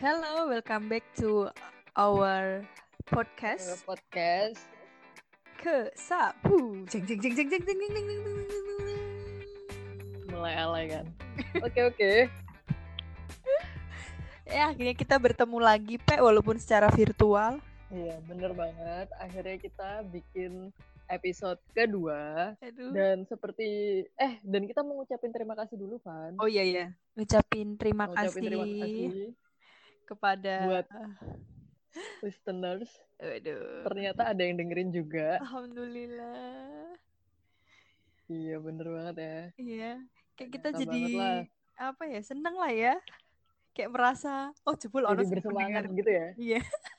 Hello, welcome back to our podcast podcast. ke Sapu. Jeng jeng jeng jeng jeng jeng jeng jeng jeng jeng. Mulai alay kan. Oke. Akhirnya kita bertemu lagi, Pe, walaupun secara virtual. Iya, bener banget. Akhirnya kita bikin episode kedua. Aduh. Dan dan kita mau ngucapin terima kasih dulu kan. Oh iya. Ngucapin terima kasih kepada buat listeners. Aduh. Ternyata ada yang dengerin juga. Alhamdulillah. Iya, bener banget ya. Iya, kayak kita Nyata jadi lah. seneng lah ya. Kayak merasa jebul jadi ono sing bersemangat mendengar. gitu ya. Iya.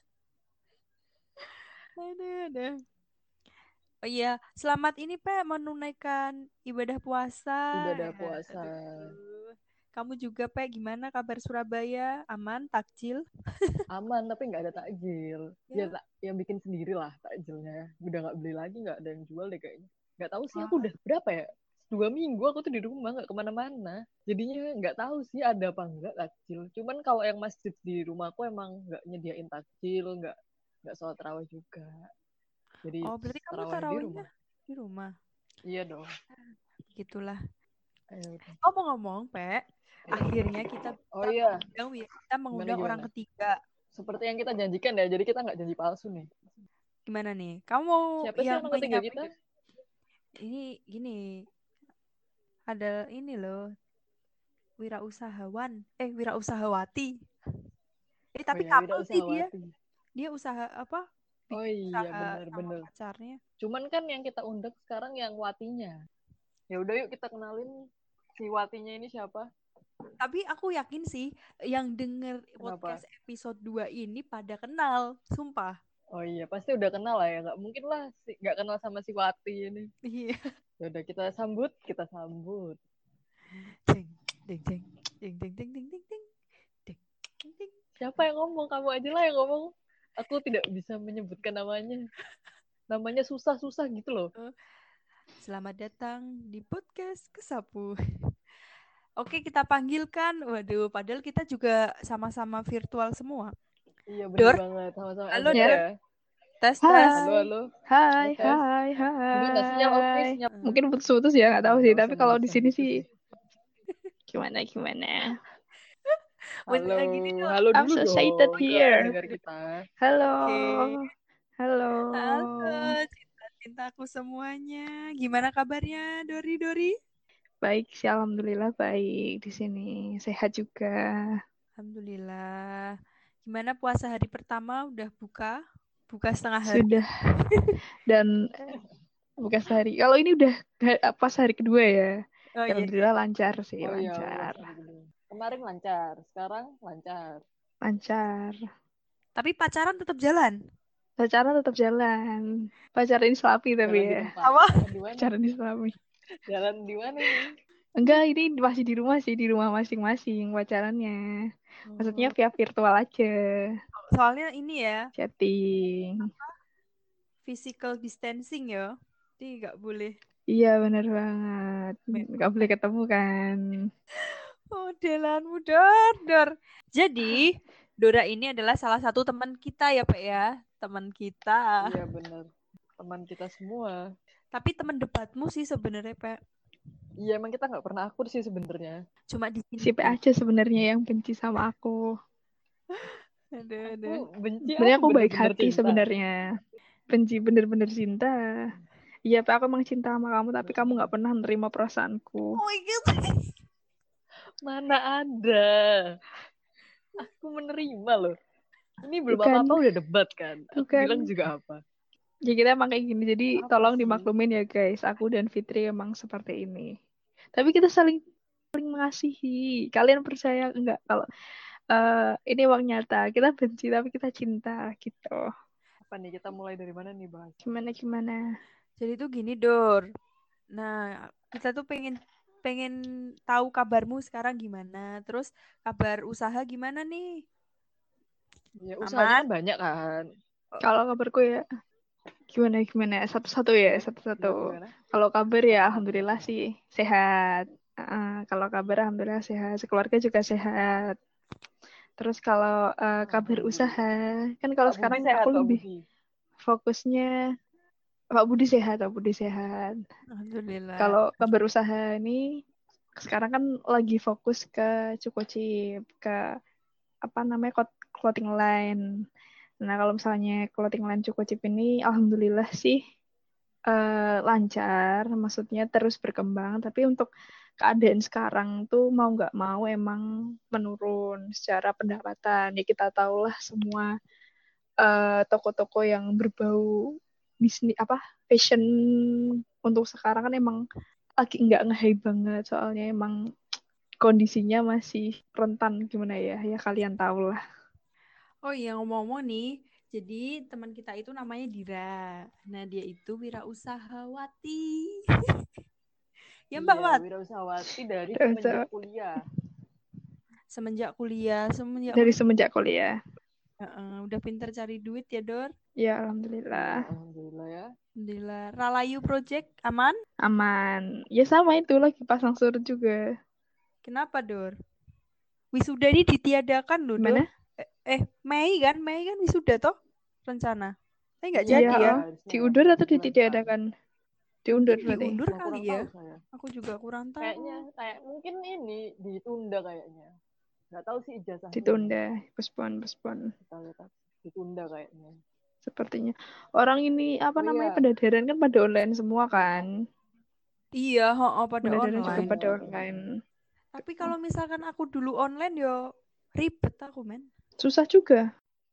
Ada. Oh iya, selamat ini Pe menunaikan ibadah puasa. Aduh. Kamu juga Pe, gimana kabar Surabaya? Aman, takjil? Aman, tapi nggak ada takjil. Ya yang bikin sendiri lah takjilnya. Udah nggak beli lagi, nggak ada yang jual deh kayaknya. Nggak tahu sih, aku udah berapa ya? 2 minggu aku tuh di rumah, nggak kemana-mana. Jadinya nggak tahu sih ada apa nggak takjil. Cuman kalau yang masjid di rumahku emang nggak nyediain takjil, nggak sholat tarawih juga. Jadi berarti kamu tarawihnya di rumah? Iya dong. Gitulah. Ngomong-ngomong, Pe, akhirnya kita mengundang orang ketiga. Seperti yang kita janjikan ya, jadi kita nggak janji palsu nih. Gimana nih? Kamu mau siapa sih orang ketiga kita? Ini gini, ada ini loh, wirausahawati. Tapi couple sih dia usaha apa? Oh iya, bener. Pacarnya. Cuman kan yang kita undang sekarang yang Watinya. Ya udah yuk kita kenalin si Watinya ini siapa. Tapi aku yakin sih yang denger podcast episode 2 ini pada kenal, sumpah. Oh iya, pasti udah kenal lah ya. Nggak mungkin lah nggak kenal sama si Wati ini. Iya. Ya udah kita sambut. Ding ding ding ding ding ding ding ding ding. Siapa yang ngomong? Kamu aja lah yang ngomong. Aku tidak bisa menyebutkan namanya. Namanya susah-susah gitu loh. Selamat datang di podcast Kesapu. Oke, kita panggilkan. Waduh, padahal kita juga sama-sama virtual semua. Iya, bener banget. Sama-sama halo, LDR ya. Tes. Halo. Hai. Gimana sinyal oke? Mungkin putus-putus ya, nggak tahu sih. Tapi kalau di sini sih gimana? Halo I'm dulu so excited dong. Here. Dengar kita. Halo. Cinta-cintaku semuanya. Gimana kabarnya, Dori? Baik sih, alhamdulillah baik di sini. Sehat juga. Alhamdulillah. Gimana puasa hari pertama? Udah buka? Buka setengah hari? Sudah. Dan buka sehari. Kalau ini udah pas hari kedua ya. Alhamdulillah lancar sih, lancar. Kemarin lancar, sekarang lancar. Tapi pacaran tetap jalan? Pacaran tetap jalan. Pacaran Islami tapi ya. Apa? Pacaran Islami. Jalan di mana nih? Enggak, ini masih di rumah masing-masing pacarannya. Maksudnya via virtual aja. Soalnya ini ya. Chatting. Physical distancing ya. Jadi nggak boleh. Iya, benar banget. Nggak boleh ketemu kan. Modelanmu Dor. Jadi Dora ini adalah salah satu teman kita ya Pak ya. Teman kita. Iya benar. Teman kita semua. Tapi teman debatmu sih sebenarnya Pak. Iya emang kita nggak pernah akur sih sebenarnya. Cuma di sini. Si P aja sebenarnya yang benci sama aku. Aduh. Sebenarnya aku baik hati sebenarnya. Benci bener-bener cinta. Iya Pak, aku emang cinta sama kamu, tapi kamu nggak pernah menerima perasaanku. Oh my God. Mana ada. Aku menerima loh. Ini belum apa-apa udah debat kan. Aku bilang juga apa. Ya kita emang kayak gini. Jadi tolong dimaklumin ya guys. Aku dan Fitri emang seperti ini. Tapi kita saling mengasihi. Kalian percaya enggak kalau ini uang nyata. Kita benci tapi kita cinta gitu. Apa nih, kita mulai dari mana nih bahas? Gimana? Jadi tuh gini Dor. Nah, kita tuh pengen tahu kabarmu sekarang gimana. Terus kabar usaha gimana nih? Ya, usahanya kan banyak kan. Kalau kabarku ya gimana? Satu-satu ya, satu-satu. Kalau kabar ya alhamdulillah sih sehat. Kalau kabar alhamdulillah sehat. Sekeluarga juga sehat. Terus kalau kabar usaha, kan kalau Pak Budi sekarang sehat, aku Pak lebih Budi. fokusnya Pak Budi sehat, Pak Budi sehat. Alhamdulillah. Kalau kabar usaha ini sekarang kan lagi fokus ke Cukucip, ke apa namanya clothing line. Nah, kalau misalnya clothing line Cukucip ini alhamdulillah sih lancar, maksudnya terus berkembang, tapi untuk keadaan sekarang tuh mau nggak mau emang menurun secara pendapatan. Ya kita tahulah semua toko-toko yang berbau bisnis apa fashion untuk sekarang kan emang lagi nggak nge-hype banget, soalnya emang kondisinya masih rentan gimana ya, ya kalian tahu lah. Oh iya, ngomong-ngomong nih, jadi teman kita itu namanya Dira. Nah, dia itu wirausahawati. Ya Mbak Iya, Wat, wirausahawati dari Terus, semenjak kuliah. semenjak dari kuliah. semenjak kuliah. Udah pinter cari duit ya, Dor. Ya, Iya, alhamdulillah. alhamdulillah ya. Alhamdulillah. Ralayu Project aman? Aman. Ya sama itu lagi pasang surut juga. Kenapa, Dor? Wisuda ini ditiadakan loh, Dor. Gimana? Mei kan wisuda toh rencana. Tapi nggak Iya, jadi Iya, ya. harusnya diundur atau bulan depan. ditiadakan? Diundur Mungkin berarti. diundur Wah, kali kurang ya. tahu saya. Aku juga kurang Kayaknya tahu. kayak mungkin ini ditunda kayaknya. Nggak tahu sih ijazahnya ini. Ditunda, postpone. Kita lihat aja. Ditunda kayaknya. Sepertinya. Orang ini apa Oh namanya iya, pendadaran kan pada online semua kan. Iya, pada Pendadaran juga online. pada online. Tapi kalau misalkan aku dulu online yo ribet aku men. Susah juga.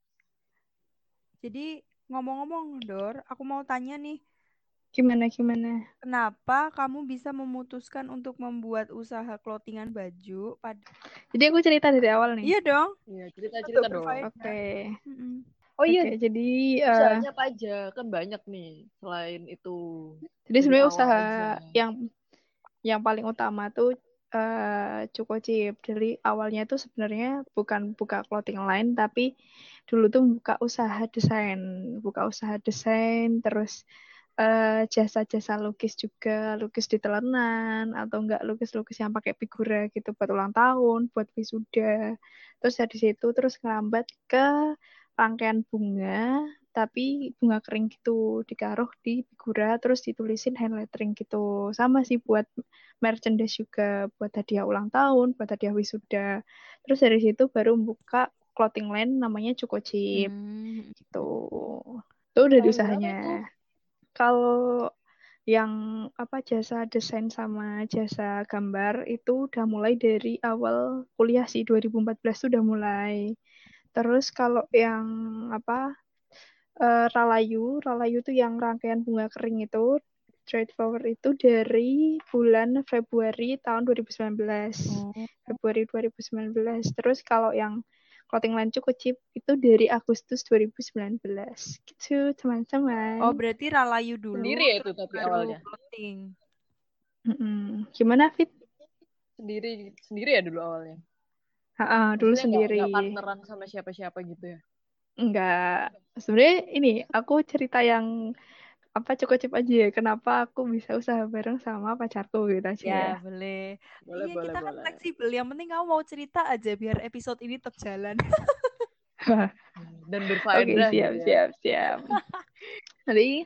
Jadi ngomong-ngomong Dor, aku mau tanya nih, Gimana? kenapa kamu bisa memutuskan untuk membuat usaha clothingan baju pada? Jadi aku cerita dari awal nih. Iya dong. iya cerita-cerita Untuk dong. berfaedah. Oke. Mm-mm. Oh iya, Oke, jadi usahanya apa aja? Kan banyak nih selain itu. jadi Dari sebenarnya awal usaha aja. yang paling utama tuh Cukucip. Jadi awalnya tuh sebenarnya bukan buka clothing line, tapi dulu tuh buka usaha desain, terus jasa-jasa lukis juga, lukis di telenan atau enggak lukis-lukis yang pakai figura gitu buat ulang tahun, buat wisuda. Terus dari situ terus ngelambat ke rangkaian bunga, tapi bunga kering gitu ditaruh di figura terus ditulisin hand lettering gitu. Sama sih buat merchandise juga, buat hadiah ulang tahun, buat hadiah wisuda. Terus dari situ baru buka clothing line namanya Cukucip gitu. Itu udah di Tahun berapa usahanya. itu? Kalau yang apa jasa desain sama jasa gambar itu udah mulai dari awal kuliah sih 2014 tuh udah mulai. Terus kalau yang apa Ralayu tuh yang rangkaian bunga kering itu trade flower itu dari bulan Februari tahun 2019. Oh. Februari 2019. Terus kalau yang clothing line Cukucip itu dari Agustus 2019. Gitu, teman-teman. Oh, berarti Ralayu dulu Sendiri ya itu terus tapi baru awalnya. clothing. Gimana, Fit? Sendiri ya dulu awalnya. Dulu Maksudnya sendiri. nggak partneran sama siapa-siapa gitu ya? Enggak. Sebenarnya ini aku cerita yang apa Cukucip aja ya. Kenapa aku bisa usaha bareng sama pacarku gitu aja ya. Ya, boleh. Iya, kita kan fleksibel. Yang penting kamu mau cerita aja biar episode ini tetap jalan. Dan Oke, berfaedah gitu ya. siap. Jadi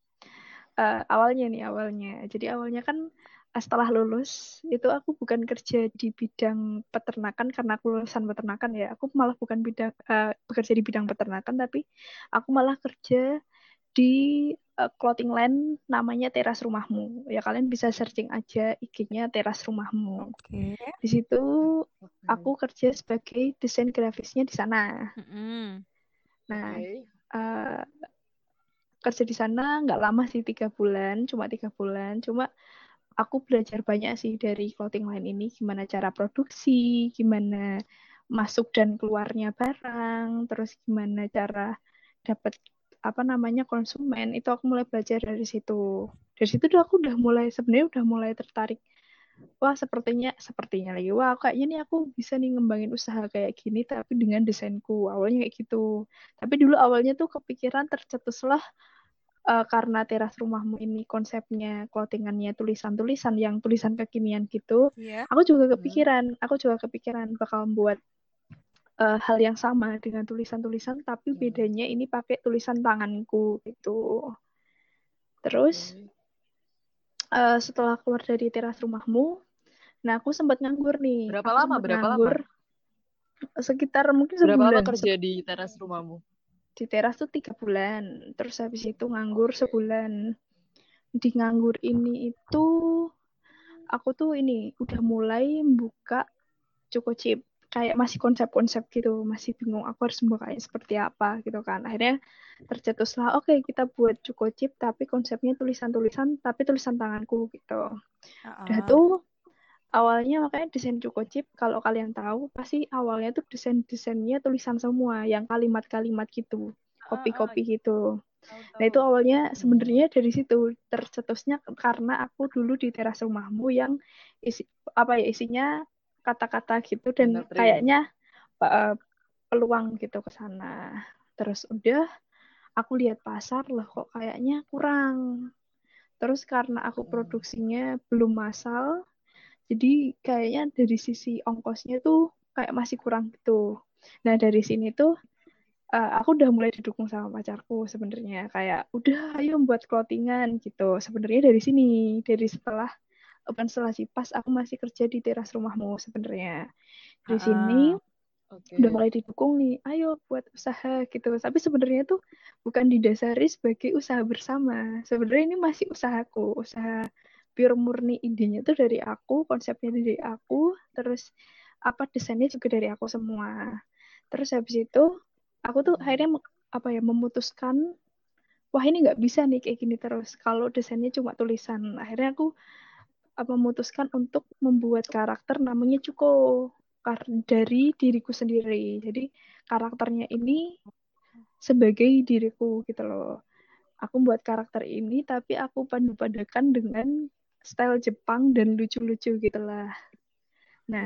awalnya. Jadi awalnya kan setelah lulus itu aku bukan kerja di bidang peternakan karena aku lulusan peternakan ya. Aku malah bukan bekerja di bidang peternakan, tapi aku malah kerja di clothing line namanya Teras Rumahmu. Ya kalian bisa searching aja IG-nya Teras Rumahmu. Oke. Di situ aku kerja sebagai desain grafisnya di sana. Nah, kerja di sana nggak lama sih 3 bulan, cuma 3 bulan. Cuma aku belajar banyak sih dari clothing line ini, gimana cara produksi, gimana masuk dan keluarnya barang, terus gimana cara dapat apa namanya konsumen. Itu aku mulai belajar dari situ. Dari situ tuh aku sebenarnya udah mulai tertarik. Wah, sepertinya lagi. Wah, kayaknya nih aku bisa nih ngembangin usaha kayak gini tapi dengan desainku. Awalnya kayak gitu. Tapi dulu awalnya tuh kepikiran tercetuslah karena Teras Rumahmu ini konsepnya clothingannya tulisan-tulisan yang tulisan kekinian gitu. Yeah. Aku juga kepikiran bakal buat hal yang sama dengan tulisan-tulisan, tapi bedanya ini pakai tulisan tanganku gitu. Terus setelah keluar dari teras rumahmu, nah aku sempat nganggur nih. Berapa Aku lama? sempat Berapa nganggur lama? sekitar mungkin Berapa lama sebulan. kerja di teras rumahmu? Di teras tuh 3 bulan. Terus habis itu nganggur sebulan. Di nganggur ini itu aku tuh ini udah mulai buka Cukup kayak masih konsep-konsep gitu, masih bingung aku harus membukanya seperti apa gitu kan. Akhirnya tercetuslah, oke kita buat Cukup tapi konsepnya tulisan-tulisan tapi tulisan tanganku gitu. Udah tuh awalnya makanya desain Cukup kalau kalian tahu pasti awalnya tuh desain-desainnya tulisan semua yang kalimat-kalimat gitu, kopi-kopi gitu. Nah itu awalnya sebenarnya dari situ tercetusnya karena aku dulu di teras rumahmu yang isinya kata-kata gitu dan kayaknya peluang gitu ke sana. Terus udah aku lihat pasar loh kok kayaknya kurang. Terus karena aku produksinya belum massal, jadi kayaknya dari sisi ongkosnya tuh kayak masih kurang gitu. Nah dari sini tuh aku udah mulai didukung sama pacarku sebenarnya kayak udah ayo buat clothingan gitu. Sebenarnya dari sini, dari setelah open setelah pas aku masih kerja di teras rumahmu sebenarnya. Dari sini udah mulai didukung nih, ayo buat usaha gitu. Tapi sebenarnya tuh bukan didasari sebagai usaha bersama. Sebenarnya ini masih usahaku, usaha pure murni idenya tuh dari aku, konsepnya dari aku, terus apa desainnya juga dari aku semua. Terus habis itu aku tuh akhirnya memutuskan wah ini nggak bisa nih kayak gini terus kalau desainnya cuma tulisan. Akhirnya aku memutuskan untuk membuat karakter namanya Cuko dari diriku sendiri. Jadi karakternya ini sebagai diriku gitu loh. Aku buat karakter ini tapi aku padu-padankan dengan style Jepang dan lucu-lucu gitulah. Nah,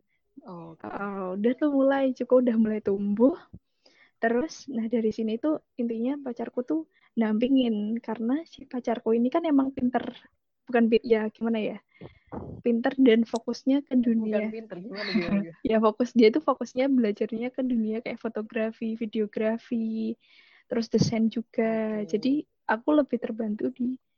udah tuh mulai Cuko udah mulai tumbuh. Terus, nah dari sini tuh intinya pacarku tuh nampingin karena si pacarku ini kan emang pinter, bukan ya gimana ya, pinter dan fokusnya ke dunia. Bukan pinter, gimana? Ya dia tuh fokusnya belajarnya ke dunia kayak fotografi, videografi, terus desain juga. Jadi aku lebih terbantu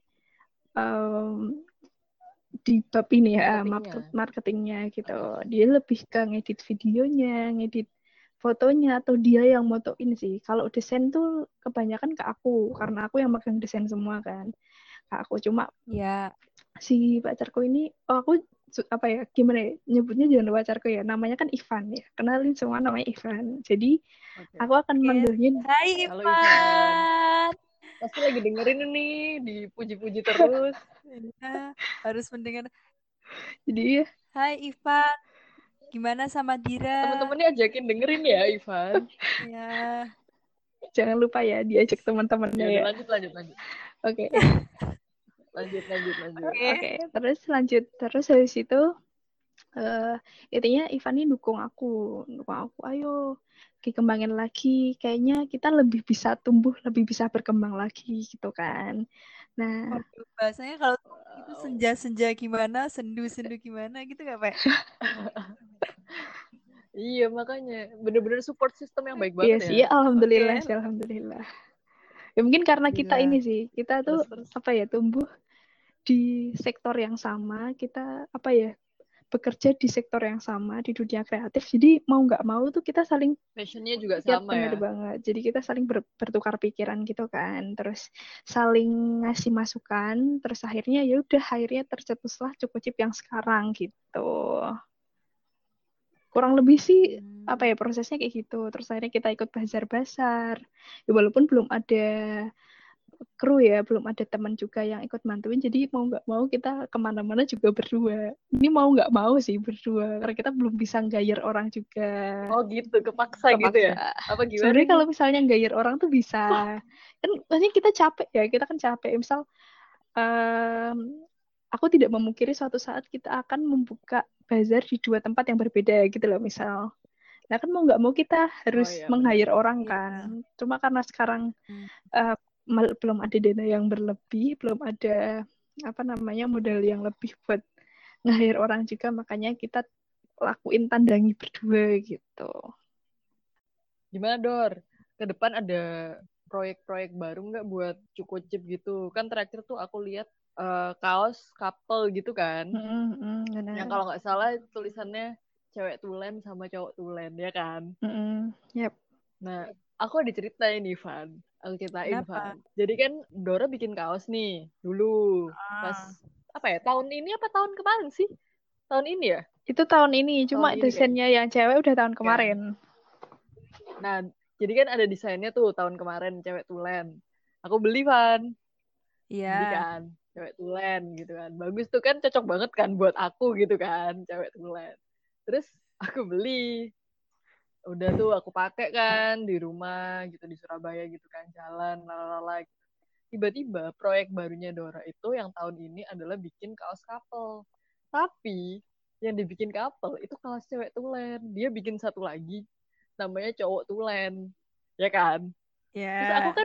di bab ini ya, marketingnya gitu. Dia lebih ke ngedit videonya, ngedit fotonya, atau dia yang motoin sih. Kalau desain tuh kebanyakan ke aku, karena aku yang megang desain semua kan. Aku cuma si pacarku ini, aku gimana ya, nyebutnya jangan pacarku ya, namanya kan Ivan ya. Kenalin semua namanya Ivan. Jadi aku akan manggilnya Hai Ivan. Pasti lagi dengerin nih, dipuji-puji terus. Ya, harus mendengar. Jadi hai Ivan, gimana sama Dira? Teman-temannya ajakin dengerin ya Ivan. Ya. Jangan lupa ya diajak teman-temannya ya. Lanjut. Oke. Lanjut. Oke, terus habis itu intinya Ivan ini dukung aku, ayo dikembangin lagi, kayaknya kita lebih bisa tumbuh, lebih bisa berkembang lagi gitu kan. Nah, bahasanya kalau itu senja-senja gimana, sendu-sendu gimana gitu nggak, Pak? Iya, makanya bener-bener support system yang baik banget ya. Iya, alhamdulillah sih, alhamdulillah. Ya mungkin karena kita ini sih, kita tuh tumbuh di sektor yang sama, kita bekerja di sektor yang sama di dunia kreatif, jadi mau nggak mau tuh kita saling passionnya juga sama bener banget, jadi kita saling bertukar pikiran gitu kan, terus saling ngasih masukan, terus akhirnya tercetuslah Cukup yang sekarang gitu. Kurang lebih sih prosesnya kayak gitu. Terus akhirnya kita ikut bazar-bazar ya, walaupun belum ada kru ya, belum ada teman juga yang ikut bantuin, jadi mau nggak mau kita kemana-mana juga berdua. Ini mau nggak mau sih berdua karena kita belum bisa nggayar orang juga. Oh gitu, kepaksa gitu ya? Apa gimana? Sebenarnya kalau misalnya nggayar orang tuh bisa, kan maksudnya kita capek ya, kita kan capek. Misal aku tidak memungkiri suatu saat kita akan membuka bazar di 2 tempat yang berbeda gitu loh misal. Nah kan mau nggak mau kita harus meng-hire orang kan. Cuma karena sekarang belum ada dana yang berlebih, belum ada modal yang lebih buat nge-hire orang juga, makanya kita lakuin tandangi berdua gitu. Gimana Dor? Ke depan ada proyek-proyek baru nggak buat Cuko Chip gitu? Kan terakhir tuh aku lihat kaos couple gitu kan. Yang kalau nggak salah tulisannya cewek tulen sama cowok tulen ya kan. Yep. Nah, aku ada cerita ini Van. Aku ceritain Kenapa? Van. Jadi kan Dora bikin kaos nih dulu. Pas apa ya? Tahun ini apa tahun kemarin sih? Tahun ini ya? Itu tahun ini, cuma Tahun ini desainnya yang cewek udah tahun kemarin. Nah, jadi kan ada desainnya tuh tahun kemarin cewek tulen. Aku beli Van. Iya. Beli kan cewek tulen gitu kan. Bagus tuh kan, cocok banget kan buat aku gitu kan, cewek tulen. Terus aku beli. Udah tuh aku pakai kan di rumah gitu di Surabaya gitu kan, jalan lalala. Tiba-tiba proyek barunya Dora itu yang tahun ini adalah bikin kaos couple. Tapi yang dibikin couple itu kaos cewek tulen. Dia bikin satu lagi namanya cowok tulen. Ya kan? Ya. Terus aku kan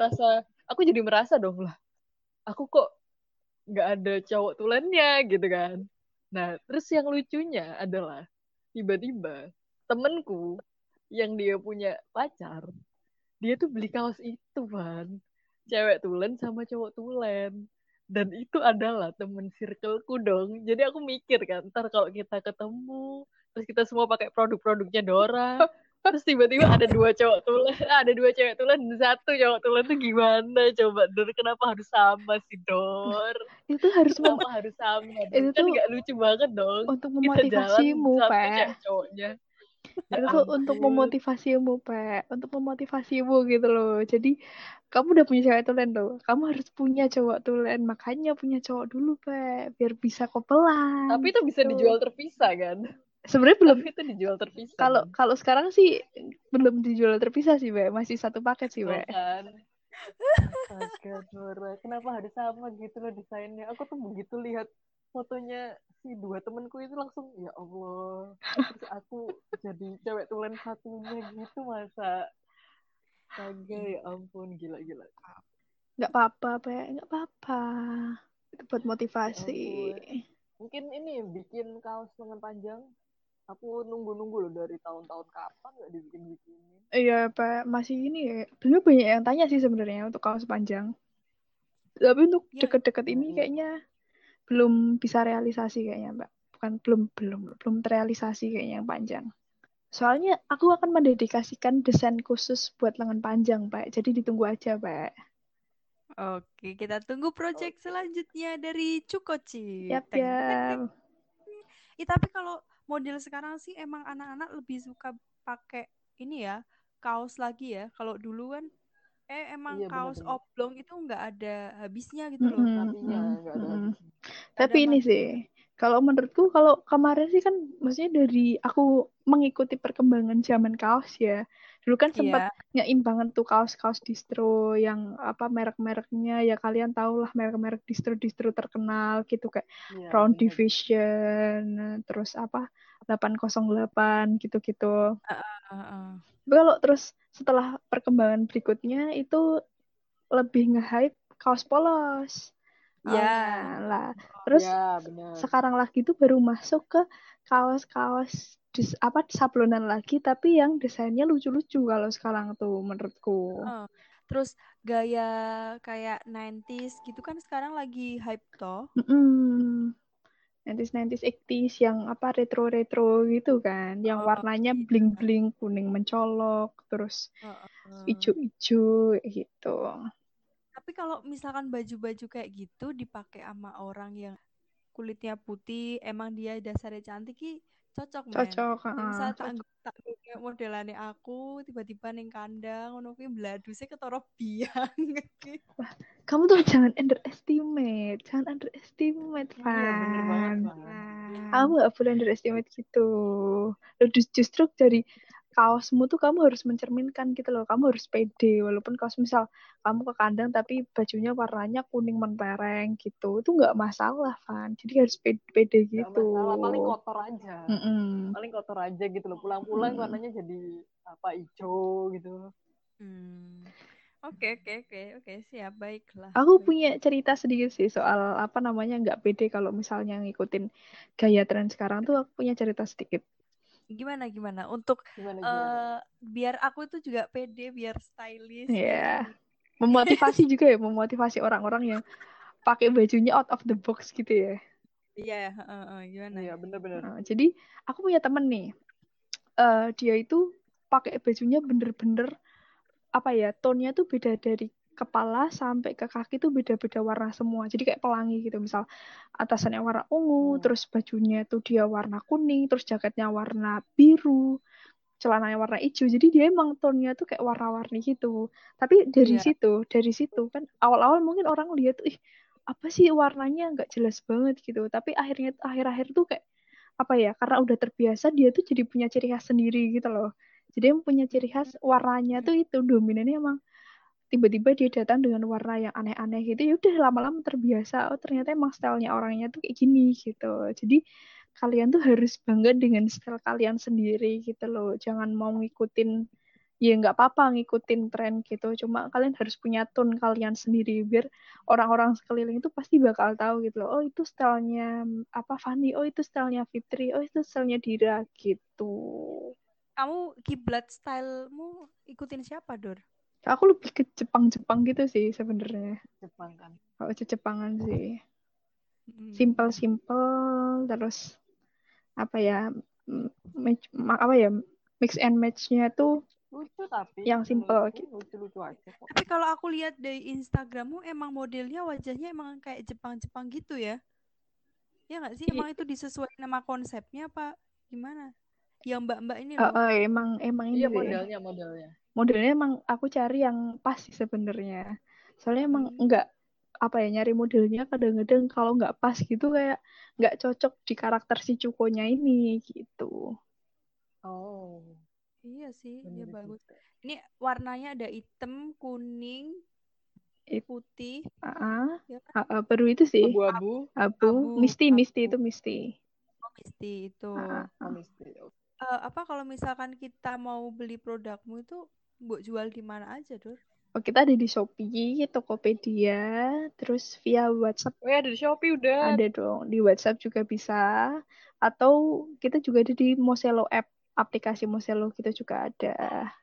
jadi merasa dong lah. Aku kok nggak ada cowok tulennya gitu kan. Nah, terus yang lucunya adalah tiba-tiba temenku yang dia punya pacar, dia tuh beli kaos itu kan, cewek tulen sama cowok tulen, dan itu adalah temen circleku dong. Jadi aku mikir kan, ntar kalau kita ketemu terus kita semua pakai produk-produknya Dora, terus tiba-tiba ada dua cowok tulen, ada dua cewek tulen dan satu cowok tulen, tuh gimana coba Dor? Kenapa harus sama sih Dor? Itu harus Kenapa harus sama Dor? itu Kan tuh nggak lucu banget dong, untuk kita jalan memotivasimu, satu Pak. cowoknya. Ya Itu tuh untuk ampun. memotivasimu, Pak. Untuk memotivasimu gitu loh. Jadi kamu udah punya cewek tulen tuh. Kamu harus punya cowok tulen. Makanya punya cowok dulu, Pak. Biar bisa kopelan. Tapi itu bisa dijual terpisah kan? Sebenarnya belum. Tapi itu dijual terpisah. Kalau sekarang sih belum dijual terpisah sih, Pak. Masih satu paket sih, Pak. Kan. Astaga, Dora. Kenapa harus sama gitu loh desainnya? Aku tuh begitu lihat fotonya si dua temenku itu langsung, ya Allah. Terus aku jadi cewek tulen satunya gitu masa. Astaga, ya ampun. Gila-gila. Nggak apa-apa, Pak. Nggak apa-apa. Itu buat motivasi. Ya mungkin ini bikin kaos lengan panjang. Aku nunggu-nunggu loh dari tahun-tahun kapan nggak dibikin-bikinin. Iya, Pak. Masih ini ya. Belum banyak yang tanya sih sebenarnya untuk kaos panjang. Tapi untuk deket-deket ini kayaknya belum bisa realisasi kayaknya, Mbak. Belum terrealisasi kayaknya yang panjang. Soalnya aku akan mendedikasikan desain khusus buat lengan panjang, Pak. Jadi ditunggu aja, Pak. Oke, kita tunggu project selanjutnya dari Cukoci. Yap, yap. Tapi kalau model sekarang sih emang anak-anak lebih suka pakai ini ya, kaos lagi ya. Kalau dulu kan emang kaos bener-bener. oblong itu nggak ada habisnya gitu loh. Tapi ini sih, kalau menurutku kalau kemarin sih kan maksudnya dari aku mengikuti perkembangan zaman kaos ya. Dulu kan sempat ngein banget tuh kaos-kaos distro yang apa merek-mereknya ya, kalian tahu lah merek-merek distro-distro terkenal gitu kayak Round Division, terus apa 808 gitu-gitu. Kalau terus setelah perkembangan berikutnya itu lebih nge-hype kaos polos. Lah. Terus sekarang lagi tuh baru masuk ke kaos-kaos sablonan lagi, tapi yang desainnya lucu-lucu kalau sekarang tuh menurutku. Terus gaya kayak 90s gitu kan sekarang lagi hype toh. 90s, 80s yang apa retro-retro gitu kan, yang warnanya bling-bling kuning mencolok, terus hijau-hijau gitu. Tapi kalau misalkan baju-baju kayak gitu dipakai sama orang yang kulitnya putih, emang dia dasarnya cantik ki cocok, men. Misal tak modelannya aku tiba-tiba ning kandang ngono kuwi bladuse ketara biang. Wah, kamu tuh jangan underestimate, Fan. Iya, bener banget, Kamu gak boleh underestimate gitu. Justru dari kaosmu tuh kamu harus mencerminkan gitu loh. Kamu harus pede, walaupun kaos misal kamu ke kandang tapi bajunya warnanya kuning mentereng gitu, itu nggak masalah, Van. Jadi harus pede gitu. Gak masalah, paling kotor aja. Paling kotor aja gitu loh. Pulang-pulang warnanya jadi apa hijau gitu. Oke, siap, baiklah. Aku punya cerita sedikit sih soal apa namanya nggak pede kalau misalnya ngikutin gaya tren sekarang tuh. Aku punya cerita sedikit. Gimana untuk Gimana? biar aku itu juga pede, biar stylish Ya, gitu. memotivasi juga ya, memotivasi orang-orang yang pakai bajunya out of the box gitu ya. Iya, gimana? Iya, bener-bener. Jadi aku punya temen nih, dia itu pakai bajunya bener-bener apa ya, tone-nya tuh beda dari kepala sampai ke kaki tuh beda-beda warna semua. Jadi kayak pelangi gitu. Misal atasannya warna ungu, terus bajunya tuh dia warna kuning, terus jaketnya warna biru, celananya warna hijau. Jadi dia emang tone-nya tuh kayak warna-warni gitu. Tapi dari Iya. situ kan awal-awal mungkin orang lihat tuh, ih apa sih warnanya nggak jelas banget gitu. Tapi akhir-akhir tuh kayak apa ya, karena udah terbiasa dia tuh jadi punya ciri khas sendiri gitu loh. Jadi yang punya ciri khas warnanya tuh itu dominannya emang tiba-tiba dia datang dengan warna yang aneh-aneh gitu, ya udah lama-lama terbiasa, oh ternyata emang stylenya orangnya tuh kayak gini gitu. Jadi kalian tuh harus bangga dengan style kalian sendiri gitu loh, jangan mau ngikutin, ya nggak apa-apa ngikutin tren gitu, cuma kalian harus punya tone kalian sendiri biar orang-orang sekeliling itu pasti bakal tahu gitu loh, oh itu stylenya apa Fani, oh itu stylenya Fitri, oh itu stylenya Dira gitu. Kamu kiblat stylemu ikutin siapa, Dor? Aku lebih ke Jepang-Jepang gitu sih sebenarnya. Jepang kan. Kalau Jepangan sih Hmm. simple terus apa ya, apa ya, mix and match-nya tuh Lucu tapi yang simple gitu. lucu-lucu aja kok. Tapi kalau aku lihat dari Instagrammu emang modelnya wajahnya emang kayak Jepang-Jepang gitu ya? Ya nggak sih? Emang itu disesuaikan sama konsepnya apa gimana? Yang mbak-mbak ini loh. Emang ini Iya, sih modelnya. modelnya emang aku cari yang pas sih sebenarnya, soalnya emang Hmm. nggak apa ya, nyari modelnya kadang-kadang kalau nggak pas gitu kayak nggak cocok di karakter si Cukonya ini gitu. Oh, Iya sih, dia bener bagus. juga. Ini warnanya ada hitam, kuning, It, putih, ya kan? baru itu sih Abu-abu. abu, misty itu misty. Oh, mesti itu. Oh, misteri. Apa kalau misalkan kita mau beli produkmu itu buat jual di mana aja, Dor? Oh, kita ada di Shopee, Tokopedia, terus via WhatsApp Oh ya, ada di Shopee udah. ada dong, di WhatsApp juga bisa, atau kita juga ada di Moselo app, aplikasi Moselo kita juga ada.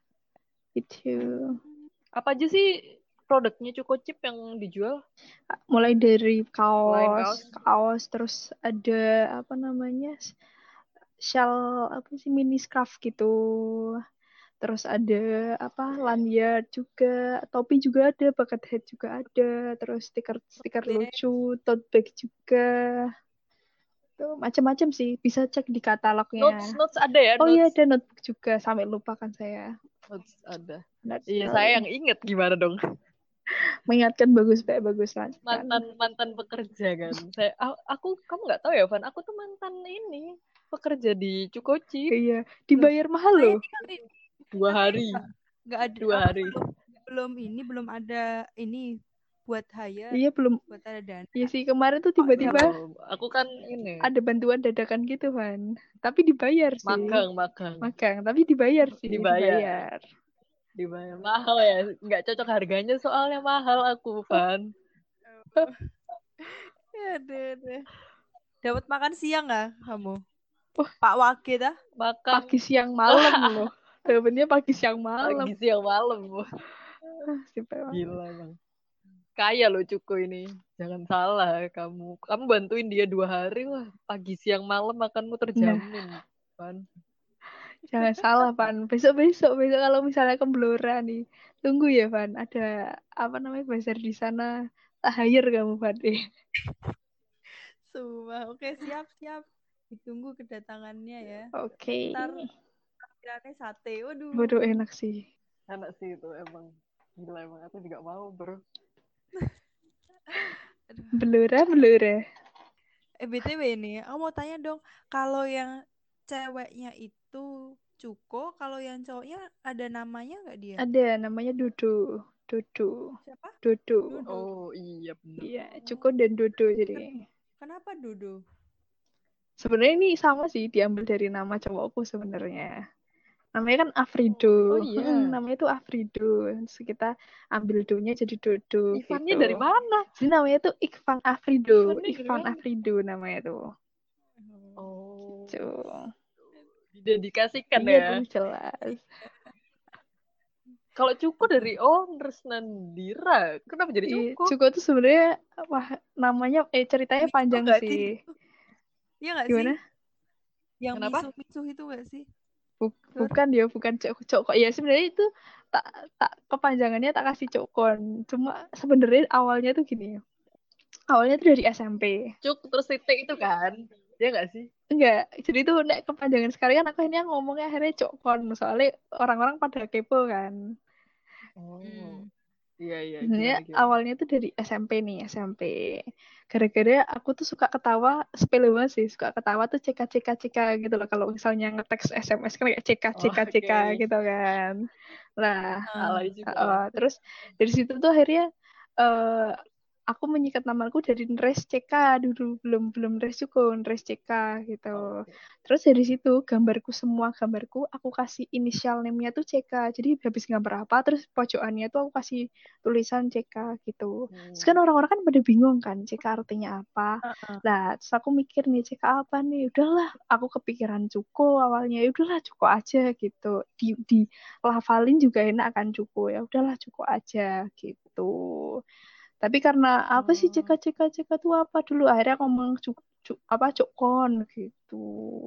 Itu Apa aja sih produknya Cuko Chip yang dijual? mulai dari Selain kaos, kaos? terus ada apa namanya, shell apa sih, mini scarf gitu. Terus ada apa, lanyard juga, topi juga ada, bucket hat juga ada, terus stiker Bag. lucu, tote bag juga. Tuh, macam-macam sih. Bisa cek di katalognya. Notes ada ya, Oh iya, notes. ada notebook juga. Sampai lupa kan saya. Notes ada. Benar Iya, saya yang sekali. inget gimana dong? Mengingatkan bagus, Pak. Bagus kan. Mantan pekerja kan. Kamu nggak tahu ya, Van? Aku tuh mantan ini pekerja di Cuko Chip. Iya, dibayar mahal Saya loh. ini kan 2 hari. nggak ada 2 hari. belum ada ini buat hire, Iya, belum. buat ada dana. Iya sih, kemarin tuh tiba-tiba Aku kan ini ada bantuan dadakan gitu kan. Tapi dibayar sih. magang. Tapi dibayar sih, Dibayar mahal ya, nggak cocok harganya soalnya mahal aku, Van. Ya deh. Dapat makan siang nggak kamu? Wah, Pak Wakil dah. Makan pagi siang malam loh. Dapatnya pagi siang malam. pagi siang malam. Simple. Gila emang. Kaya loh Cuko ini. Jangan salah kamu bantuin dia 2 hari, wah pagi siang malam makanmu Nah, terjamin, Van. jangan salah, Van. Besok kalau misalnya ke Blora nih, tunggu ya, Van. Ada apa namanya, bazar di sana. Tak hire kamu, Van. Sumpah. Oke, siap. Ditunggu kedatangannya ya. Oke. Ntar tampilannya sate. Waduh. Waduh, enak sih. Enak sih itu emang. Gila emang aku juga mau, bro. Blora. BTW ini, aku mau tanya dong, kalau yang ceweknya itu Cuko, kalau yang cowoknya ada namanya nggak dia? Ada namanya Dodo. Siapa? Dodo. Dodo. Oh iya bener. Iya, Cuko dan Dodo jadi. Kenapa Dodo? Sebenarnya ini sama sih, diambil dari nama cowokku sebenarnya. Namanya kan Afrido. Oh iya. Namanya tuh Afrido. Terus kita ambil do-nya jadi Dodo Ivannya gitu. dari mana? Jadi namanya tuh Ivan Afrido. Ivannya dari Ivan mana? Afrido namanya tuh. Oh. Gitu. Didedikasikan Iya ya. dong, jelas. Kalau Cuko dari Nurse Nandira, kenapa jadi Cuko? Cuko tuh sebenarnya namanya ceritanya Misuh panjang nggak sih. Iya nggak sih? Gimana? Yang Kenapa? misuh itu nggak sih? Bukan dia, bukan Coko. Ya sebenarnya itu tak kepanjangannya tak kasih Cokon. Cuma sebenarnya awalnya tuh gini. Awalnya tuh dari SMP. Cuk terus titik itu kan? Iya nggak sih? Enggak, jadi tuh nek kepanjangan sekali kan aku akhirnya ngomongnya akhirnya Cokon. Soalnya orang-orang pada kepo kan. Oh, Hmm. iya Sebenarnya gimana? awalnya tuh dari SMP nih, SMP. Gara-gara aku tuh suka ketawa, sepele banget sih, suka ketawa tuh CK gitu loh. Kalau misalnya ngeteks SMS kan kayak Oh, CK oke. gitu kan. Nah, Alay juga. terus dari situ tuh akhirnya eh, aku menyikat namaku dari Nres CK dulu, belum Nres Cuko, Nres CK gitu. Oke. Terus dari situ semua gambarku aku kasih inisial name-nya tuh CK. Jadi habis gambar apa, terus pojokannya tuh aku kasih tulisan CK gitu. Terus kan orang-orang kan pada bingung kan CK artinya apa. Nah, terus aku mikir nih CK apa nih? Udahlah, aku kepikiran Cuko awalnya. Ya udahlah Cuko aja gitu. Di lafalin juga enak kan Cuko. Ya udahlah Cuko aja gitu. Tapi karena apa sih CK tuh apa dulu? Akhirnya aku ngomong Cukon gitu.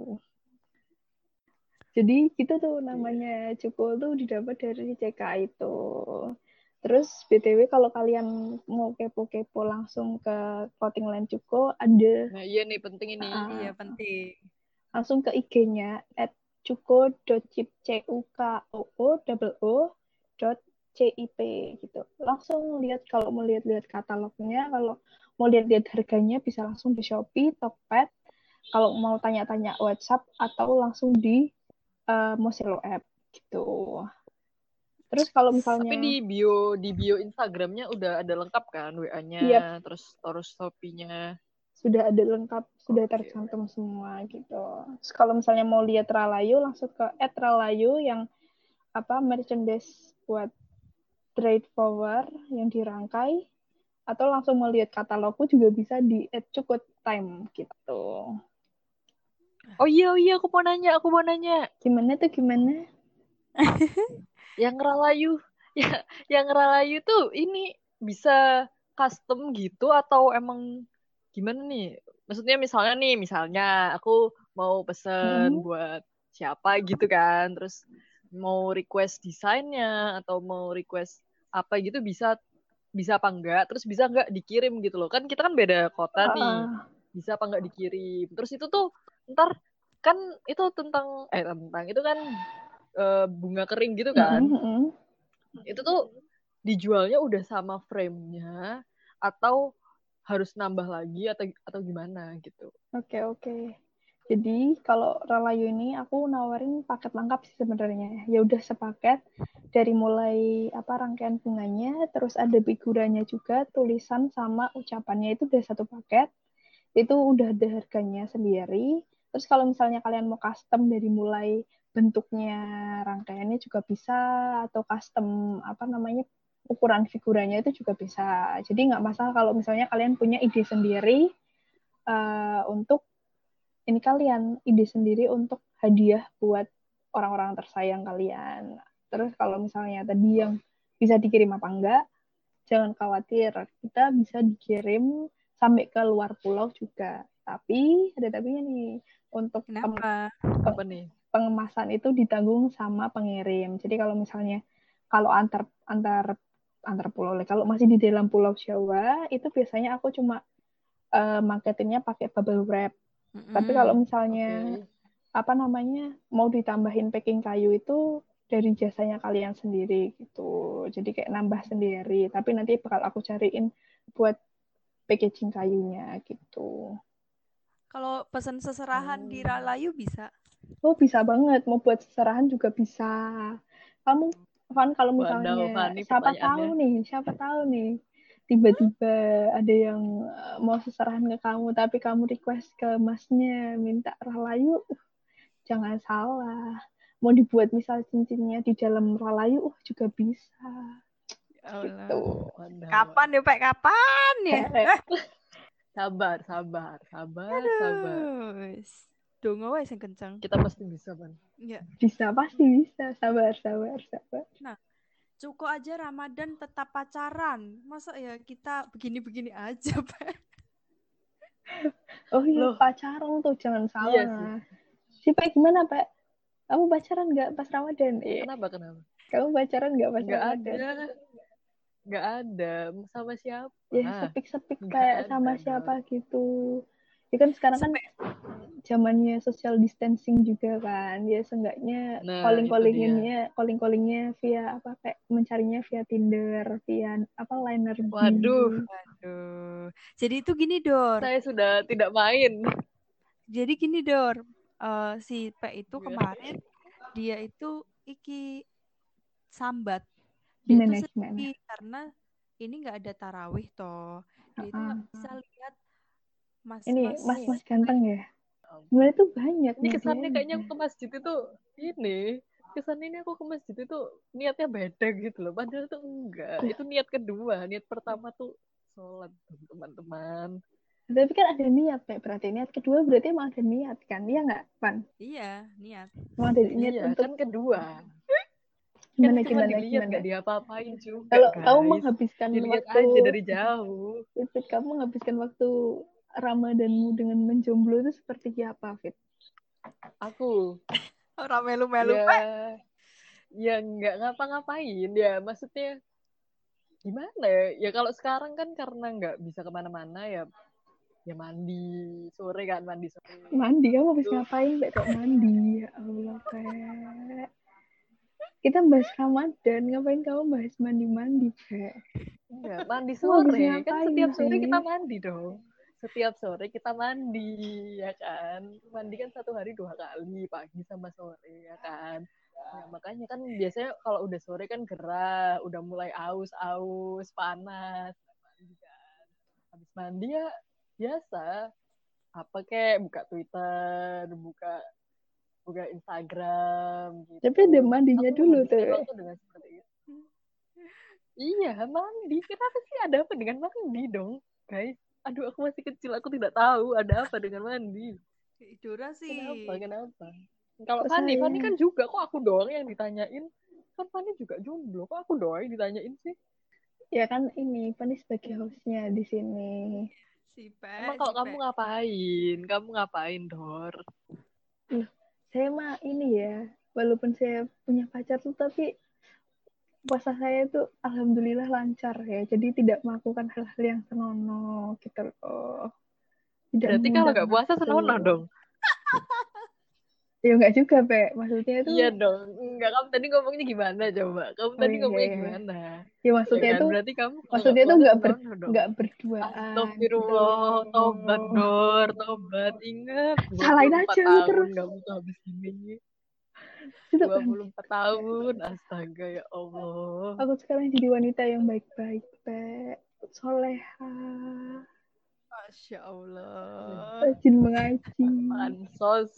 Jadi gitu tuh namanya Cuko tuh didapat dari CK itu. Terus BTW kalau kalian mau kepo-kepo langsung ke clothing line Cuko ada Nah iya nih penting ini. Iya penting. langsung ke IG-nya @cuko.cip CIP gitu. Langsung lihat kalau mau lihat-lihat katalognya, kalau mau lihat-lihat harganya bisa langsung di Shopee, Tokped. Kalau mau tanya-tanya WhatsApp atau langsung di Mozilla app gitu. Terus kalau Tapi misalnya di bio Instagramnya udah ada lengkap kan WA-nya, yep, terus Shopee-nya. sudah ada lengkap, sudah Oke. tercantum semua gitu. Terus kalau misalnya mau lihat Ralayu langsung ke @ralayu yang merchandise buat trade flower yang dirangkai, atau langsung mau lihat katalogku juga bisa di @cukutime gitu. Oh iya aku mau nanya. Gimana tuh gimana? Yang Ralayu, ya yang Ralayu tuh ini bisa custom gitu atau emang gimana nih? Maksudnya misalnya aku mau pesen Hmm. buat siapa gitu kan, terus mau request desainnya atau mau request apa gitu bisa bisa apa enggak? Terus bisa enggak dikirim gitu loh? Kan kita kan beda kota nih. Bisa apa enggak dikirim? Terus itu tuh ntar kan itu tentang itu kan bunga kering gitu kan. Itu tuh dijualnya udah sama frame-nya atau harus nambah lagi atau gimana gitu. Oke. Jadi kalau Ralayu ini aku nawarin paket lengkap sih sebenarnya. Ya udah sepaket dari mulai rangkaian bunganya, terus ada figuranya juga, tulisan sama ucapannya itu udah satu paket. Itu udah ada harganya sendiri. Terus kalau misalnya kalian mau custom dari mulai bentuknya rangkaiannya juga bisa, atau custom ukuran figuranya itu juga bisa. Jadi nggak masalah kalau misalnya kalian punya ide sendiri untuk ide sendiri untuk hadiah buat orang-orang tersayang kalian. Terus kalau misalnya tadi yang bisa dikirim apa enggak, jangan khawatir, kita bisa dikirim sampai ke luar pulau juga. Tapi ada tapinya nih, untuk Apa nih? pengemasan itu ditanggung sama pengirim. Jadi kalau misalnya antar antar antar pulau, kalau masih di dalam Pulau Jawa itu biasanya aku cuma marketingnya pakai bubble wrap. Tapi kalau misalnya mau ditambahin packing kayu itu dari jasanya kalian sendiri gitu. Jadi kayak nambah sendiri. Tapi nanti bakal aku cariin buat packaging kayunya gitu. Kalau pesan seserahan di Ralayu bisa? Oh bisa banget. Mau buat seserahan juga bisa. Kamu kan kalau Wadaw, misalnya Fani siapa pertanyaannya. tahu nih tiba-tiba ada yang mau seserahan ke kamu tapi kamu request ke masnya minta Ralayu, jangan salah. Mau dibuat misal cincinnya di dalam Ralayu, juga bisa. Gitu. Kapan ya, Pak? Kapan ya? Sabar. Aduh. Dongo wae sing kenceng. Kita pasti bisa, Pan. Iya. Bisa, pasti bisa. Sabar. Nah, Cuko aja Ramadan tetap pacaran. Masa ya kita begini-begini aja, Pak? Oh iya, Loh, pacaran tuh jangan iya sih. salah. Si Pak gimana, Pak? Kamu pacaran nggak pas Ramadan? Kenapa? Kamu pacaran nggak pas Nggak Ramadan? ada. Nggak ada. Sama siapa? Ya, sepik-sepik Nggak kayak ada sama dong. siapa gitu. Ya kan sekarang kan zamannya social distancing juga kan. Ya seenggaknya Nah, calling-callingnya via apa kayak mencarinya via Tinder, via apa Liner B. Waduh, Jadi itu gini, Dor. saya sudah tidak main. Jadi gini, Dor. Si P itu kemarin dia itu sambat. Dia tuh sedih karena ini nggak ada tarawih toh. Dia itu nggak bisa lihat mas ganteng ya. Sebenarnya tuh banyak. Ini kesannya kayaknya aku ke masjid itu kesannya aku ke masjid itu niatnya beda gitu loh. Padahal tuh enggak. Itu niat kedua. Niat pertama tuh sholat, teman-teman. Tapi kan ada niat, Pak. Berarti niat kedua berarti emang ada niat kan? Iya nggak, Pan? Iya, niat. Emang ada niat untuk kan kedua. Gimana, cuma dilihat nggak diapa-apain juga. Kalau guys. kamu menghabiskan dilihat waktu aja dari jauh. Kamu menghabiskan waktu Ramadanmu dengan menjomblo itu seperti apa, Fit? Aku orang melu-melu ya nggak ngapa-ngapain ya, maksudnya gimana ya kalau sekarang kan karena nggak bisa kemana-mana ya mandi sore. Mandi kamu habis ngapain kok mandi? Ya Allah, Pak. Kita bahas Ramadan, ngapain kamu bahas mandi-mandi, Pak? Enggak, mandi sore kan setiap sore kita mandi dong. Setiap sore kita mandi, ya kan? Mandi kan 1 hari 2 kali, pagi sama sore, ya kan? Ya, makanya kan biasanya kalau udah sore kan gerah, udah mulai aus, panas. Mandi kan. Habis mandi ya biasa. Apa kayak buka Twitter, buka Instagram gitu. Tapi ada mandinya dulu tuh. Waktu dengan seperti itu. Iya, mandi. Kenapa sih ada apa dengan mandi dong, guys? Aduh, aku masih kecil, aku tidak tahu ada apa dengan mandi. Dora sih. Kenapa? Kalau Fanny kan juga, kok aku doang yang ditanyain? Kan Fanny juga jomblo, kok aku doang yang ditanyain sih? Ya kan ini, Fanny sebagai hostnya di sini. Emang kalau kamu ngapain? Kamu ngapain, Dor? Loh, saya mah ini ya, walaupun saya punya pacar tuh, tapi puasa saya itu alhamdulillah lancar ya. Jadi tidak melakukan hal-hal yang senonoh gitu loh. Berarti kalau nggak puasa senonoh dong? Ya nggak juga, Pe. Maksudnya itu... Iya dong. Enggak, kamu tadi ngomongnya gimana coba? Kamu tadi ngomongnya gimana? Ya maksudnya itu... Berarti kamu maksudnya itu nggak berduaan. Astagfirullah, tobat, Dor, tobat. Ingat, salahin aja lu terus. Kamu tuh habis gini. 24 tahun, astaga ya Allah. Aku sekarang jadi wanita yang baik-baik, Pe. Soleha. Masya Allah. Rajin mengaji. Pansos.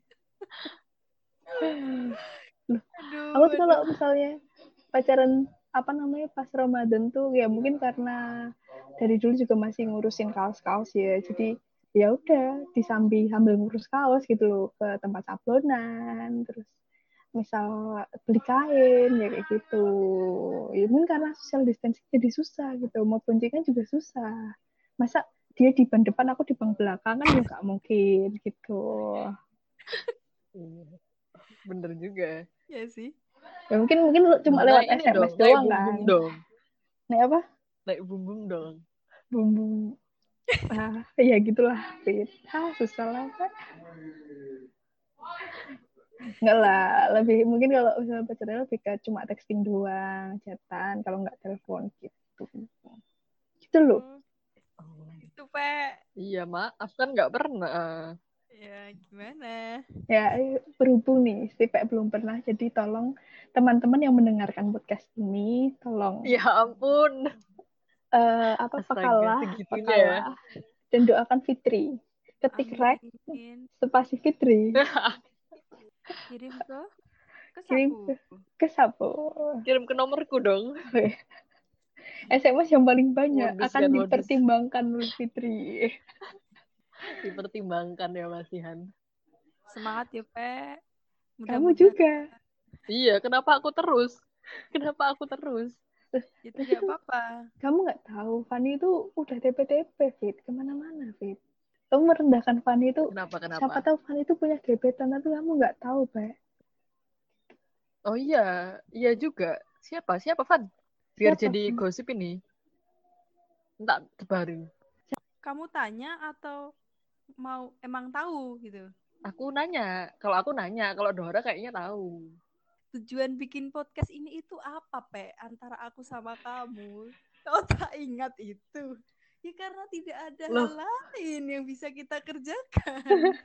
Loh, aku tuh kalau misalnya pacaran pas Ramadan tuh ya mungkin karena dari dulu juga masih ngurusin kaos-kaos ya, jadi ya udah sambil ngurus kaos gitu loh, ke tempat sablonan, terus misal beli kain ya kayak gitu. Ya mungkin karena social distancing jadi susah gitu, mau boncengan juga susah. Masa dia di ban depan, aku di ban belakang, kan ya nggak mungkin gitu. Bener juga. Ya sih. Ya mungkin cuma lewat SMS doang kan. Naik apa? Naik bumbung dong. Bumbung. Ya gitulah, Fit. Susah lah. Enggak lah, lebih mungkin kalau misalnya pacarnya lebih ke cuma texting doang, chatan, kalau nggak telepon gitu. Gitu loh. Itu, Pak. Iya, maaf kan nggak pernah. Ya, gimana? Ya, berhubung nih, si Pak belum pernah, jadi tolong teman-teman yang mendengarkan podcast ini, tolong. Ya ampun. Pekalah, dan doakan Fitri. Ketik rek, spasi Fitri. Kirim ke Sapo. Kirim ke nomorku dong. SMS yang paling banyak akan dipertimbangkan oleh Fitri. Dipertimbangkan ya, Mas Ihan. Semangat ya, Pe. Kamu Mudah-mudahan. juga. Iya, kenapa aku terus? Kenapa aku terus? Ya tidak apa-apa. Kamu nggak tahu, Fanny itu udah TP-TP, Fit. Kemana-mana, Fit. Kamu merendahkan Fanny itu. Kenapa? Siapa tahu Fanny itu punya gebetan, tapi kamu nggak tahu, Pak. Oh iya, iya juga. Siapa Van? Biar Siapa, jadi Fan? gosip ini. Entar tebarin. Kamu tanya atau mau emang tahu gitu? Aku nanya. Kalau Dora kayaknya tahu. Tujuan bikin podcast ini itu apa, Pe? Antara aku sama kamu. Kau tak ingat itu? Ya karena tidak ada Loh. hal lain yang bisa kita kerjakan.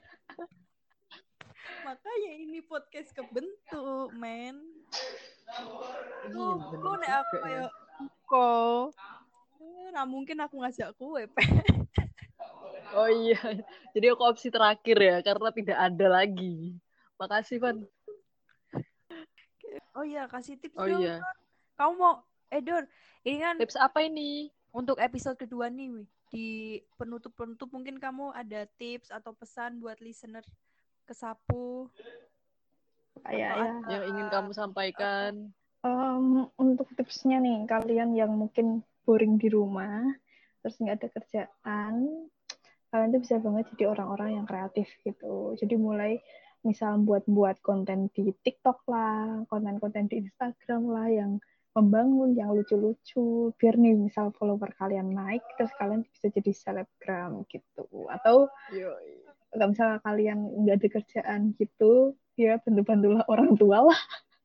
Makanya ini podcast kebentuk, men. Iya, bener Nek aku juga ya. kayak kok. Nah mungkin aku ngajak kue, Pe. Oh iya, jadi aku opsi terakhir ya, karena tidak ada lagi. Makasih, Van. Oh iya, kasih tips Oh dong. iya, Kamu mau, Dor, ini kan tips apa ini? untuk episode kedua nih, di penutup-penutup mungkin kamu ada tips atau pesan buat listener Kesapu. Ya. Yang ingin kamu sampaikan. Untuk tipsnya nih, kalian yang mungkin boring di rumah, terus nggak ada kerjaan, kalian tuh bisa banget jadi orang-orang yang kreatif gitu. Jadi mulai misal buat konten di TikTok lah, konten-konten di Instagram lah yang membangun, yang lucu-lucu, biar nih misal follower kalian naik, terus kalian bisa jadi selebgram gitu. Atau kalau misalnya kalian nggak ada kerjaan gitu, ya bantu-bantulah orang tua lah.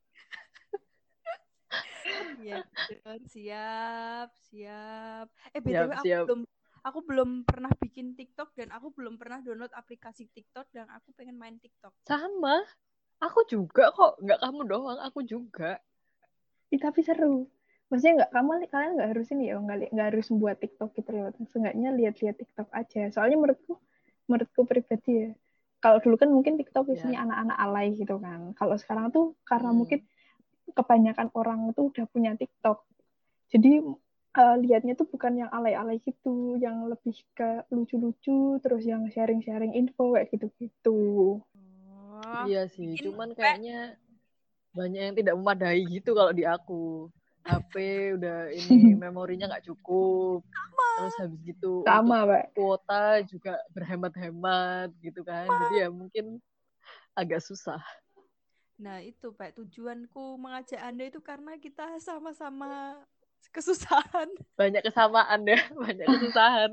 Iya, siap. Siap, BTW siap. aku belum pernah bikin TikTok dan aku belum pernah download aplikasi TikTok dan aku pengen main TikTok. Sama, aku juga kok. Nggak kamu doang, aku juga. Tapi seru. Maksudnya kalian nggak harus ini ya, nggak harus buat TikTok gitu loh. Seenggaknya lihat-lihat TikTok aja. Soalnya menurutku pribadi ya. Kalau dulu kan mungkin TikTok isinya anak-anak alay gitu kan. Kalau sekarang tuh karena mungkin kebanyakan orang tuh udah punya TikTok. Jadi lihatnya tuh bukan yang alay-alay gitu, yang lebih ke lucu-lucu, terus yang sharing-sharing info kayak gitu-gitu. Iya sih, cuman kayaknya banyak yang tidak memadai gitu kalau di aku. HP udah ini memorinya nggak cukup. Terus habis gitu untuk kuota juga berhemat-hemat gitu kan. Jadi ya mungkin agak susah. Nah itu Pak, tujuanku mengajak Anda itu karena kita sama-sama kesusahan. Banyak kesamaan ya, banyak kesusahan.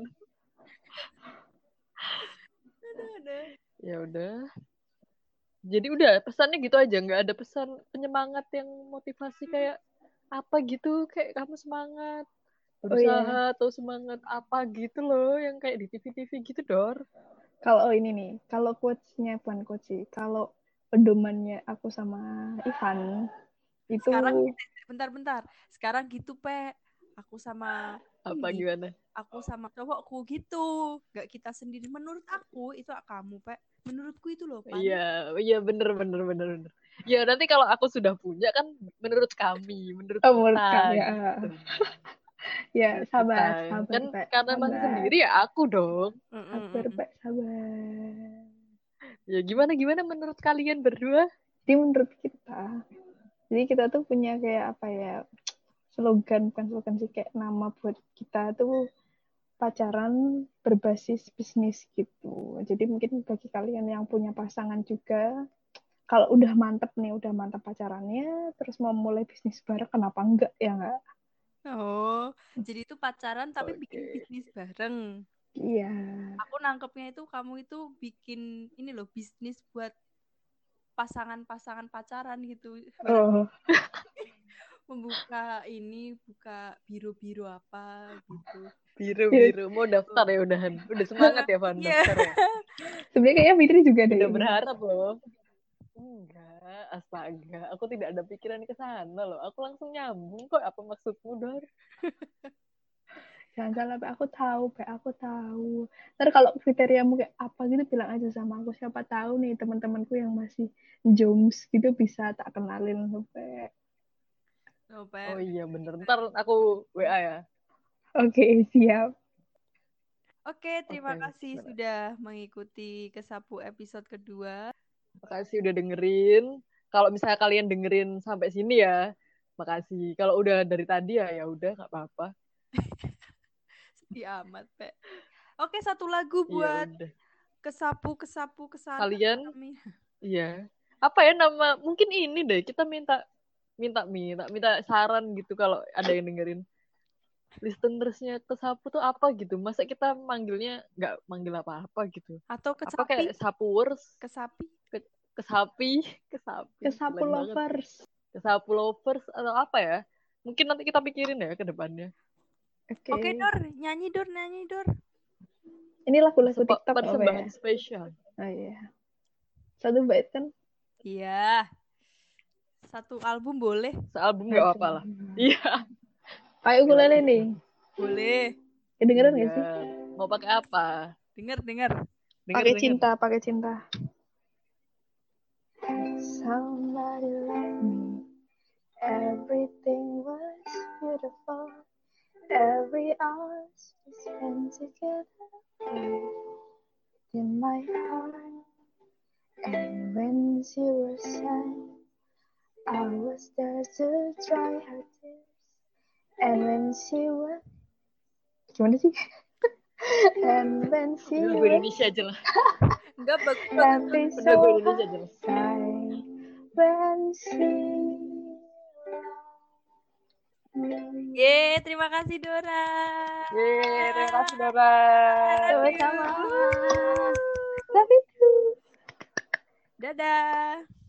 Ya udah. Jadi udah pesannya gitu aja, nggak ada pesan penyemangat yang motivasi kayak apa gitu, kayak kamu semangat berusaha atau semangat apa gitu loh, yang kayak di TV-TV gitu, Dor. Kalau ini nih, kalau quotes-nya bukan quotes sih, kalau pedomannya aku sama Ivan itu sekarang bentar. Sekarang gitu, Pe. Aku sama apa ini, gimana? aku sama cowokku gitu. Gak kita sendiri. Menurut aku itu kamu, Pe. Menurutku itu loh, Pan. Iya bener. Ya nanti kalau aku sudah punya kan menurut kami, menurut kita. ya. Gitu. Ya, sabar, Kan Pak. karena masih sendiri ya aku dong. Sabar, Pak, sabar. Ya gimana menurut kalian berdua? Jadi menurut kita, jadi kita tuh punya kayak apa ya, bukan slogan sih, kayak nama buat kita tuh pacaran berbasis bisnis gitu. Jadi mungkin bagi kalian yang punya pasangan juga, kalau udah mantep pacarannya, terus mau mulai bisnis bareng, kenapa enggak ya enggak? Oh, jadi itu pacaran tapi bikin bisnis bareng. Iya. Aku nangkepnya itu kamu itu bikin ini loh, bisnis buat pasangan-pasangan pacaran gitu. Membuka buka biro-biro apa gitu. Biru mau daftar ya udahan. Udah semangat ya Van daftar ya. Sebenarnya kayaknya Fitri juga deh. Udah berharap loh. Enggak, astaga. Aku tidak ada pikiran ke sana loh. Aku langsung nyambung kok. Apa maksudmu, Dor? Jangan salah, aku tahu. Ntar kalau kriteriamu kayak apa gitu bilang aja sama aku. Siapa tahu nih teman-temanku yang masih joms gitu bisa tak kenalin Pe. Oh iya bener. Ntar aku WA ya. Oke, siap. Oke, terima kasih sudah mengikuti Kesapu episode kedua. Makasih udah dengerin. Kalau misalnya kalian dengerin sampai sini ya, makasih. Kalau udah dari tadi ya udah nggak apa-apa. Sedih amat, Pe. Oke, satu lagu Iya buat udah. kesapu kesana Kalian, kami. iya. Apa ya nama? Mungkin ini deh. Kita minta saran gitu kalau ada yang dengerin. Listenersnya kesapu tuh apa gitu? Masa kita manggilnya nggak manggil apa-apa gitu? Atau Apa kesapi, kayak sapuers, kesapi. kesapi, Kesapu keren banget. lovers. Kesapu lovers atau apa ya? Mungkin nanti kita pikirin ya ke depannya. Oke, Dor, nyanyi Dor. Ini lagu-lagu TikTok apa ya? Persembahan spesial. Oh iya. Satu bait kan? Iya. Satu album boleh. Sealbum nggak apa-apa lah. Iya. Pakai ukulele nih. Boleh. Kedengeran nggak sih? Mau pakai apa? Dengar. Pakai cinta. Somebody like me. Everything was beautiful. Every hour we spent together in my heart. And when she was sad, I was there to dry her tears. And when she was gimana sih? And when she Udah gue Indonesia aja lah. Enggak bagus. happy Udah gue so Indonesia aja lah. high when she Ye, terima kasih Dora. Terima kasih Dora. sama-sama. Love you too. Dadah.